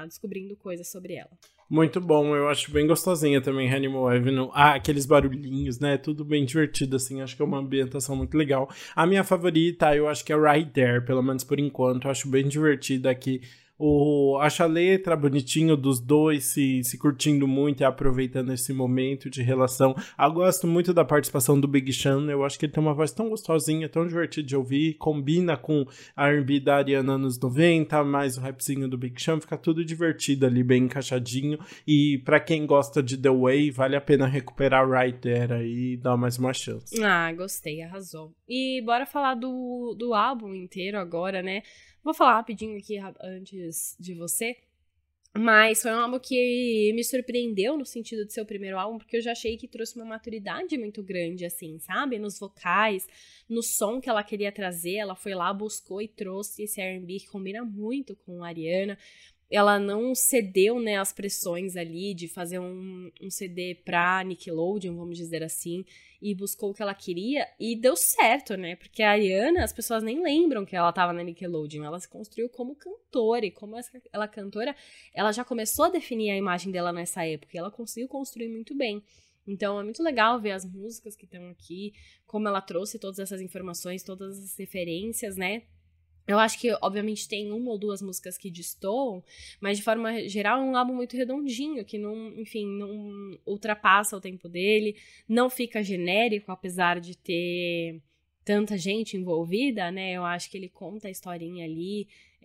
descobrindo coisas sobre ela. Muito bom, eu acho bem gostosinha também Animal Avenue. Aqueles barulhinhos, né? Tudo bem divertido, assim. Acho que é uma ambientação muito legal. A minha favorita, eu acho que é Right There, pelo menos por enquanto. Eu acho bem divertida aqui. Acho a letra bonitinho dos dois se curtindo muito e aproveitando esse momento de relação. Eu gosto muito da participação do Big Sean. Eu acho que ele tem uma voz tão gostosinha, tão divertida de ouvir. Combina com a R&B da Ariana anos 90, mais o rapzinho do Big Sean. Fica tudo divertido ali, bem encaixadinho. E pra quem gosta de The Way, vale a pena recuperar Right There aí e dar mais uma chance. Gostei, arrasou. E bora falar do álbum inteiro agora, né? Vou falar rapidinho aqui antes de você, mas foi um álbum que me surpreendeu no sentido de ser o primeiro álbum, porque eu já achei que trouxe uma maturidade muito grande, assim, sabe? Nos vocais, no som que ela queria trazer, ela foi lá, buscou e trouxe esse R&B que combina muito com a Ariana. Ela não cedeu, né, às pressões ali de fazer um CD pra Nickelodeon, vamos dizer assim, e buscou o que ela queria e deu certo, né? Porque a Ariana, as pessoas nem lembram que ela tava na Nickelodeon, ela se construiu como cantora, e como ela cantora, ela já começou a definir a imagem dela nessa época, e ela conseguiu construir muito bem. Então é muito legal ver as músicas que estão aqui, como ela trouxe todas essas informações, todas as referências, né? Eu acho que, obviamente, tem uma ou duas músicas que destoam, mas, de forma geral, é um álbum muito redondinho, que não ultrapassa o tempo dele, não fica genérico, apesar de ter tanta gente envolvida, né? Eu acho que ele conta a historinha ali,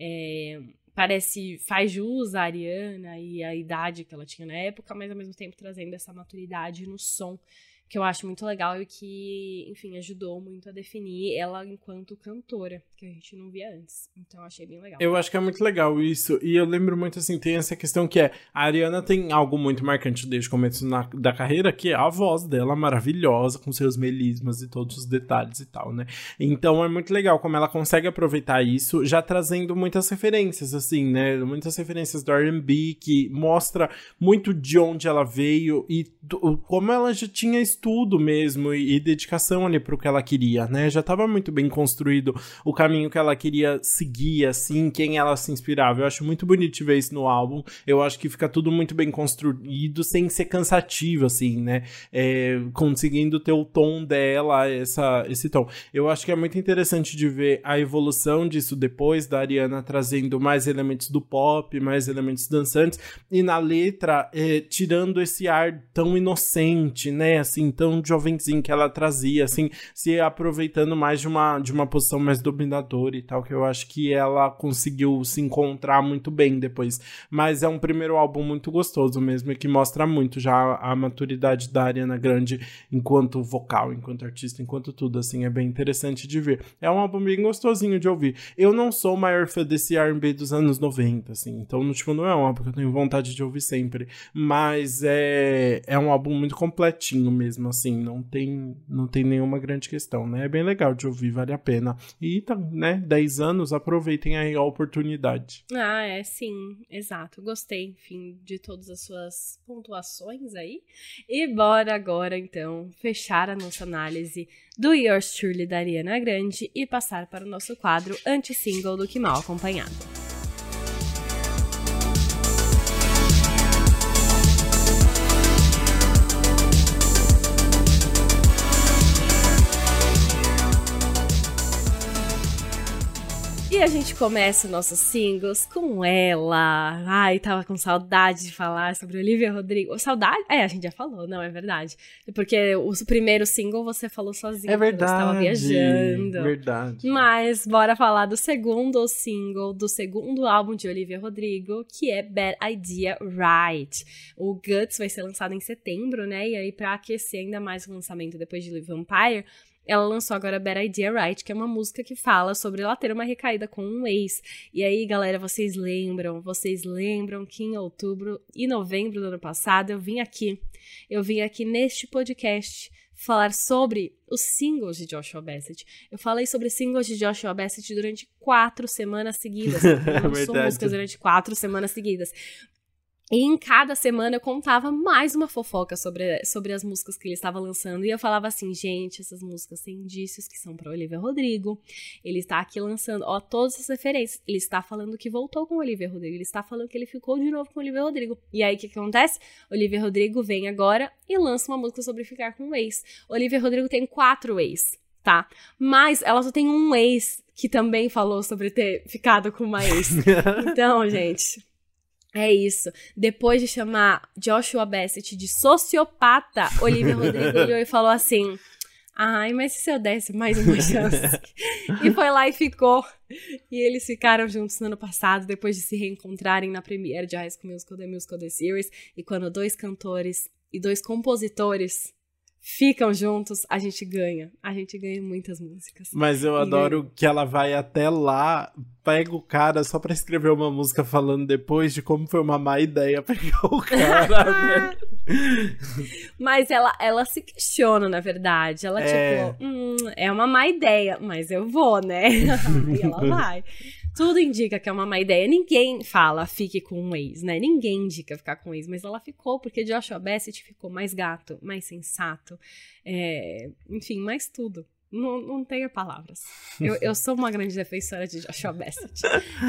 faz jus à Ariana e à idade que ela tinha na época, mas, ao mesmo tempo, trazendo essa maturidade no som, que eu acho muito legal e que, enfim, ajudou muito a definir ela enquanto cantora, que a gente não via antes. Então, eu achei bem legal. Eu acho que é muito legal isso, e eu lembro muito, assim, tem essa questão que a Ariana tem algo muito marcante desde o começo da carreira, que é a voz dela maravilhosa, com seus melismas e todos os detalhes e tal, né? Então, é muito legal como ela consegue aproveitar isso, já trazendo muitas referências, assim, né? Muitas referências do R&B, que mostra muito de onde ela veio e como ela já tinha estudo mesmo e dedicação ali pro que ela queria, né? Já tava muito bem construído o caminho que ela queria seguir, assim, quem ela se inspirava. Eu acho muito bonito ver isso no álbum. Eu acho que fica tudo muito bem construído, sem ser cansativo, assim, né? Conseguindo ter o tom dela, esse tom. Eu acho que é muito interessante de ver a evolução disso depois, da Ariana trazendo mais elementos do pop, mais elementos dançantes, e na letra, tirando esse ar tão inocente, né? Assim, tão jovenzinho que ela trazia, assim, se aproveitando mais de uma posição mais dominadora e tal, que eu acho que ela conseguiu se encontrar muito bem depois. Mas é um primeiro álbum muito gostoso mesmo, e que mostra muito já a maturidade da Ariana Grande enquanto vocal, enquanto artista, enquanto tudo, assim, é bem interessante de ver. É um álbum bem gostosinho de ouvir. Eu não sou o maior fã desse R&B dos anos 90, assim, então, não é um álbum que eu tenho vontade de ouvir sempre, mas é um álbum muito completinho mesmo, assim, não tem nenhuma grande questão, né? É bem legal de ouvir, vale a pena. E, né, 10 anos, aproveitem aí a oportunidade. Sim, exato. Gostei, enfim, de todas as suas pontuações aí. E bora agora, então, fechar a nossa análise do Yours Truly da Ariana Grande e passar para o nosso quadro anti-single do Que Mal Acompanhado. E a gente começa nossos singles com ela. Ai, tava com saudade de falar sobre Olivia Rodrigo. Saudade? A gente já falou, não, é verdade. Porque o primeiro single você falou sozinho. É verdade. Você tava viajando. Verdade. Mas bora falar do segundo single, do segundo álbum de Olivia Rodrigo, que é Bad Idea Right. O Guts vai ser lançado em setembro, né? E aí, pra aquecer ainda mais o lançamento depois de Live Vampire, ela lançou agora Bad Idea Right, que é uma música que fala sobre ela ter uma recaída com um ex. E aí, galera, vocês lembram que em outubro e novembro do ano passado eu vim aqui neste podcast falar sobre os singles de Joshua Bassett. Eu falei sobre singles de Joshua Bassett durante 4 semanas seguidas. Ele lançou músicas durante 4 semanas seguidas. E em cada semana eu contava mais uma fofoca sobre as músicas que ele estava lançando. E eu falava assim, gente, essas músicas têm indícios que são para Olivia Rodrigo. Ele está aqui lançando, ó, todas as referências. Ele está falando que voltou com Olivia Rodrigo. Ele está falando que ele ficou de novo com Olivia Rodrigo. E aí, o que acontece? Olivia Rodrigo vem agora e lança uma música sobre ficar com um ex. Olivia Rodrigo tem 4 ex, tá? Mas ela só tem um ex que também falou sobre ter ficado com uma ex. Então, gente... É isso. Depois de chamar Joshua Bassett de sociopata, Olivia Rodrigo olhou e falou assim, ai, mas e se eu desse mais uma chance? E foi lá e ficou. E eles ficaram juntos no ano passado, depois de se reencontrarem na premiere de High School Musical The Series. E quando 2 cantores e 2 compositores ficam juntos, a gente ganha. A gente ganha muitas músicas. Mas eu adoro que ela vai até lá, pega o cara só pra escrever uma música falando depois de como foi uma má ideia pegar o cara, né? Mas ela se questiona, na verdade. Ela, tipo, é uma má ideia, mas eu vou, né? Aí ela vai. Tudo indica que é uma má ideia. Ninguém fala, fique com um ex, né? Ninguém indica ficar com um ex, mas ela ficou, porque Joshua Bassett ficou mais gato, mais sensato, enfim, mais tudo. Não tenho palavras. Eu sou uma grande defensora de Joshua Bassett.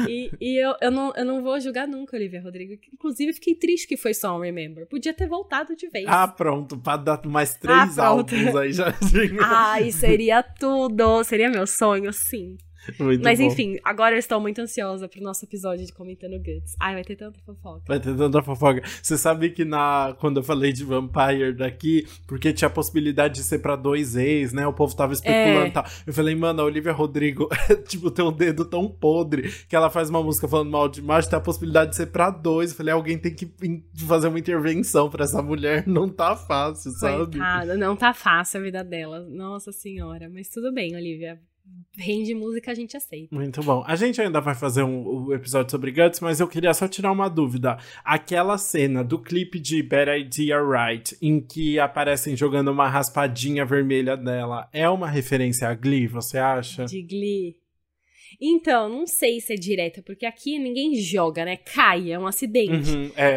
E eu não vou julgar nunca Olivia Rodrigo. Inclusive, fiquei triste que foi só um Remember. Podia ter voltado de vez. Ah, pronto. Pra dar mais 3 álbuns aí já. Ai, seria tudo. Seria meu sonho, sim. Muito Mas bom. enfim, agora eu estou muito ansiosa pro nosso episódio de Comentando Guts. Ai, vai ter tanta fofoca. Vai ter tanta fofoca. Você sabe que quando eu falei de Vampire daqui, porque tinha a possibilidade de ser pra 2 ex, né? O povo tava especulando e tal. Eu falei, mano, a Olivia Rodrigo, tipo, tem um dedo tão podre que ela faz uma música falando mal de macho, tem a possibilidade de ser pra 2. Eu falei, alguém tem que fazer uma intervenção pra essa mulher. Não tá fácil, sabe? Coitada, não tá fácil a vida dela. Nossa senhora. Mas tudo bem, Olivia. Rende música, a gente aceita. Muito bom. A gente ainda vai fazer um episódio sobre Guts, mas eu queria só tirar uma dúvida. Aquela cena do clipe de Bad Idea Right, em que aparecem jogando uma raspadinha vermelha dela, é uma referência a Glee, você acha? De Glee. Então, não sei se é direta, porque aqui ninguém joga, né? Cai, é um acidente.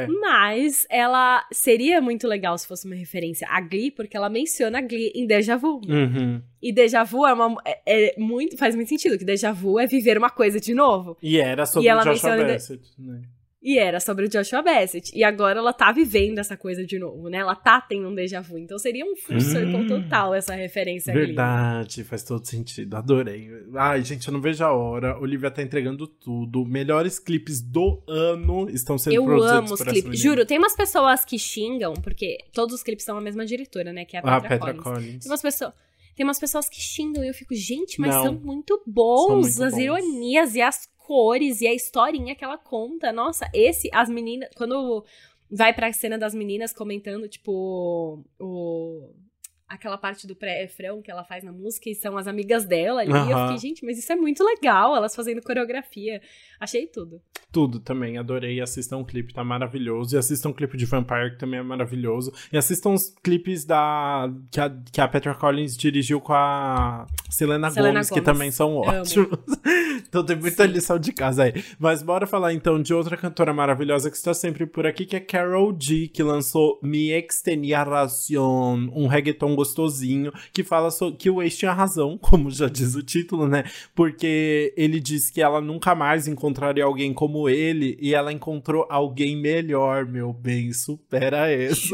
Mas ela seria muito legal se fosse uma referência a Glee, porque ela menciona a Glee em Déjà Vu. E Déjà Vu faz muito sentido, que Déjà Vu é viver uma coisa de novo. E era sobre o Joshua Bassett, né? E era sobre o Joshua Bassett. E agora ela tá vivendo essa coisa de novo, né? Ela tá tendo um déjà vu. Então seria um full circle total essa referência ali. Verdade, faz todo sentido. Adorei. Ai, gente, eu não vejo a hora. Olivia tá entregando tudo. Melhores clipes do ano estão sendo produzidos. Eu amo os clipes. Juro, tem umas pessoas que xingam, porque todos os clipes são a mesma diretora, né? Que é a Petra Collins. Tem umas pessoas que xingam e eu fico, gente, mas são muito bons. As ironias e as cores e a historinha que ela conta. Nossa, as meninas... Quando vai pra cena das meninas comentando, tipo, aquela parte do pré-refrão que ela faz na música e são as amigas dela ali. Eu fiquei, gente, mas isso é muito legal. Elas fazendo coreografia. Achei tudo. Tudo também, adorei. Assistam o clipe, tá maravilhoso. E assistam o clipe de Vampire, que também é maravilhoso. E assistam os clipes que a Petra Collins dirigiu com a Selena Gomez, que também são ótimos. Então tem muita lição de casa aí. Mas bora falar então de outra cantora maravilhosa que está sempre por aqui, que é Karol G, que lançou Mi Ex Tenía Razón, um reggaeton gostosinho, que fala que o ex tinha razão, como já diz o título, né? Porque ele disse que ela nunca mais encontraria alguém como ele, e ela encontrou alguém melhor, meu bem, supera isso.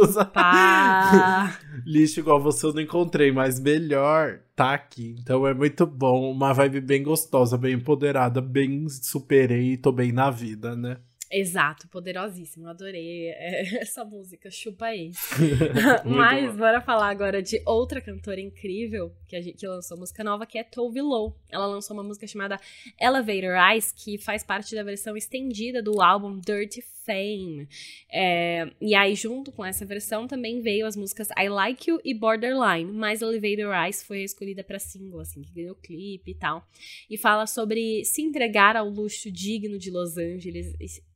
Lixo igual você eu não encontrei, mas melhor tá aqui. Então é muito bom, uma vibe bem gostosa, bem empoderada, bem superei, tô bem na vida, né? Exato, poderosíssimo, adorei essa música, chupa aí. Mas bora falar agora de outra cantora incrível que lançou música nova, que é Tove Lo. Ela lançou uma música chamada Elevator Eyes, que faz parte da versão estendida do álbum Dirty Fame. E aí, junto com essa versão, também veio as músicas I Like You e Borderline, mas Elevator Eyes foi escolhida pra single, assim, que ganhou clipe e tal. E fala sobre se entregar ao luxo digno de Los Angeles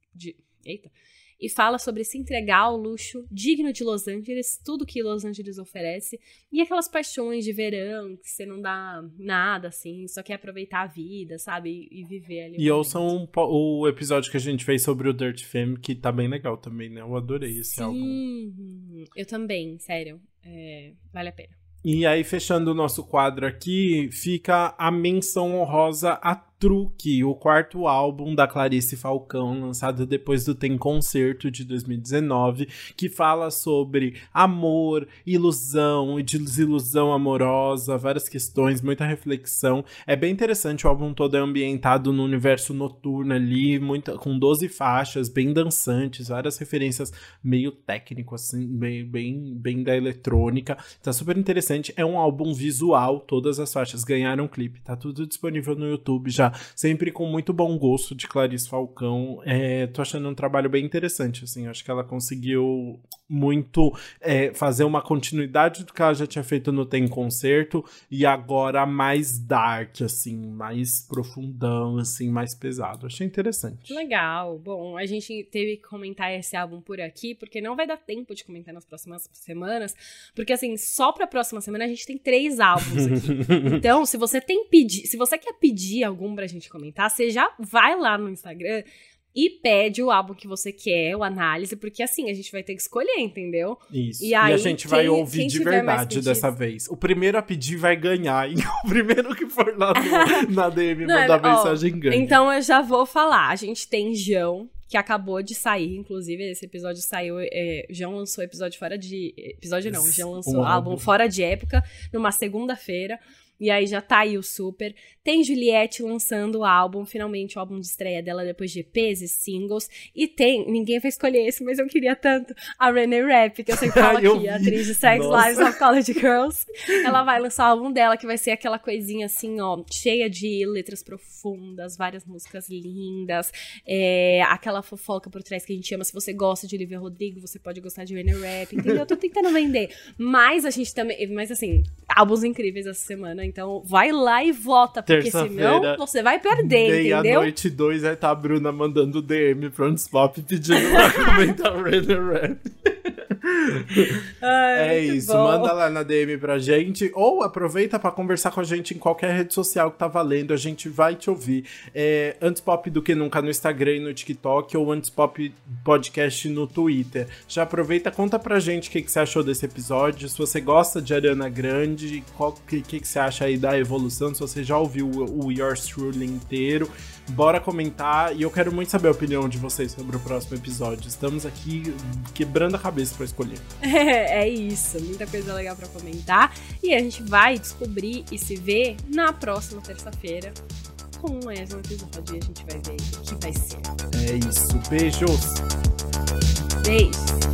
E fala sobre se entregar ao luxo digno de Los Angeles, tudo que Los Angeles oferece. E aquelas paixões de verão, que você não dá nada, assim, só quer aproveitar a vida, sabe? E viver ali. E ouçam o episódio que a gente fez sobre o Dirty Femme, que tá bem legal também, né? Eu adorei esse álbum. Sim, eu também, sério. Vale a pena. E aí, fechando o nosso quadro aqui, fica a menção honrosa a Truque, o quarto álbum da Clarice Falcão, lançado depois do Tem Concerto de 2019, que fala sobre amor, ilusão e desilusão amorosa, várias questões, muita reflexão. É bem interessante, o álbum todo é ambientado no universo noturno ali, com 12 faixas, bem dançantes, várias referências meio técnico, assim, bem da eletrônica. Tá super interessante, é um álbum visual, todas as faixas ganharam clipe, tá tudo disponível no YouTube já, sempre com muito bom gosto de Clarice Falcão. Tô achando um trabalho bem interessante, assim, acho que ela conseguiu muito fazer uma continuidade do que ela já tinha feito no Tem Concerto, e agora mais dark, assim, mais profundão, assim, mais pesado. Achei interessante. Legal. Bom, a gente teve que comentar esse álbum por aqui, porque não vai dar tempo de comentar nas próximas semanas, porque, assim, só pra próxima semana a gente tem 3 álbuns aqui. Então, se você quer pedir algum pra gente comentar, você já vai lá no Instagram e pede o álbum que você quer, o análise, porque assim, a gente vai ter que escolher, entendeu? Isso. E aí, a gente vai ouvir de verdade dessa vez. O primeiro a pedir vai ganhar, e o primeiro que for lá na DM mandar mensagem ganha. Então eu já vou falar. A gente tem João, que acabou de sair, inclusive esse episódio saiu, João lançou João lançou álbum fora de época, numa segunda-feira. E aí já tá aí o super. Tem Juliette lançando o álbum, finalmente o álbum de estreia dela depois de EPs e singles. E tem, ninguém vai escolher esse, mas eu queria tanto, a Renee Rapp, que eu sempre falo aqui, a atriz de Sex Lives of College Girls. Ela vai lançar o álbum dela, que vai ser aquela coisinha assim, ó, cheia de letras profundas, várias músicas lindas, aquela fofoca por trás que a gente ama. Se você gosta de Olivia Rodrigo, você pode gostar de Renee Rapp, entendeu? Eu tô tentando vender. Mas a gente também, assim, álbuns incríveis essa semana. Então, vai lá e vota, porque senão você vai perder, entendeu? Meia-noite 2, aí tá a Bruna mandando DM pro Antipop pedindo pra comentar o Renee Rapp. É isso, bom. Manda lá na DM pra gente, ou aproveita pra conversar com a gente em qualquer rede social que tá valendo, a gente vai te ouvir. Antipop do que nunca no Instagram e no TikTok, ou Antipop Podcast no Twitter. Já aproveita, conta pra gente o que você achou desse episódio, se você gosta de Ariana Grande, o que você acha aí da evolução, se você já ouviu o Yours Truly inteiro. Bora comentar, e eu quero muito saber a opinião de vocês sobre o próximo episódio. Estamos aqui quebrando a cabeça pra escolher. É isso, muita coisa legal pra comentar. E a gente vai descobrir e se ver na próxima terça-feira com mais um episódio, e a gente vai ver o que vai ser. É isso, beijos! Beijos!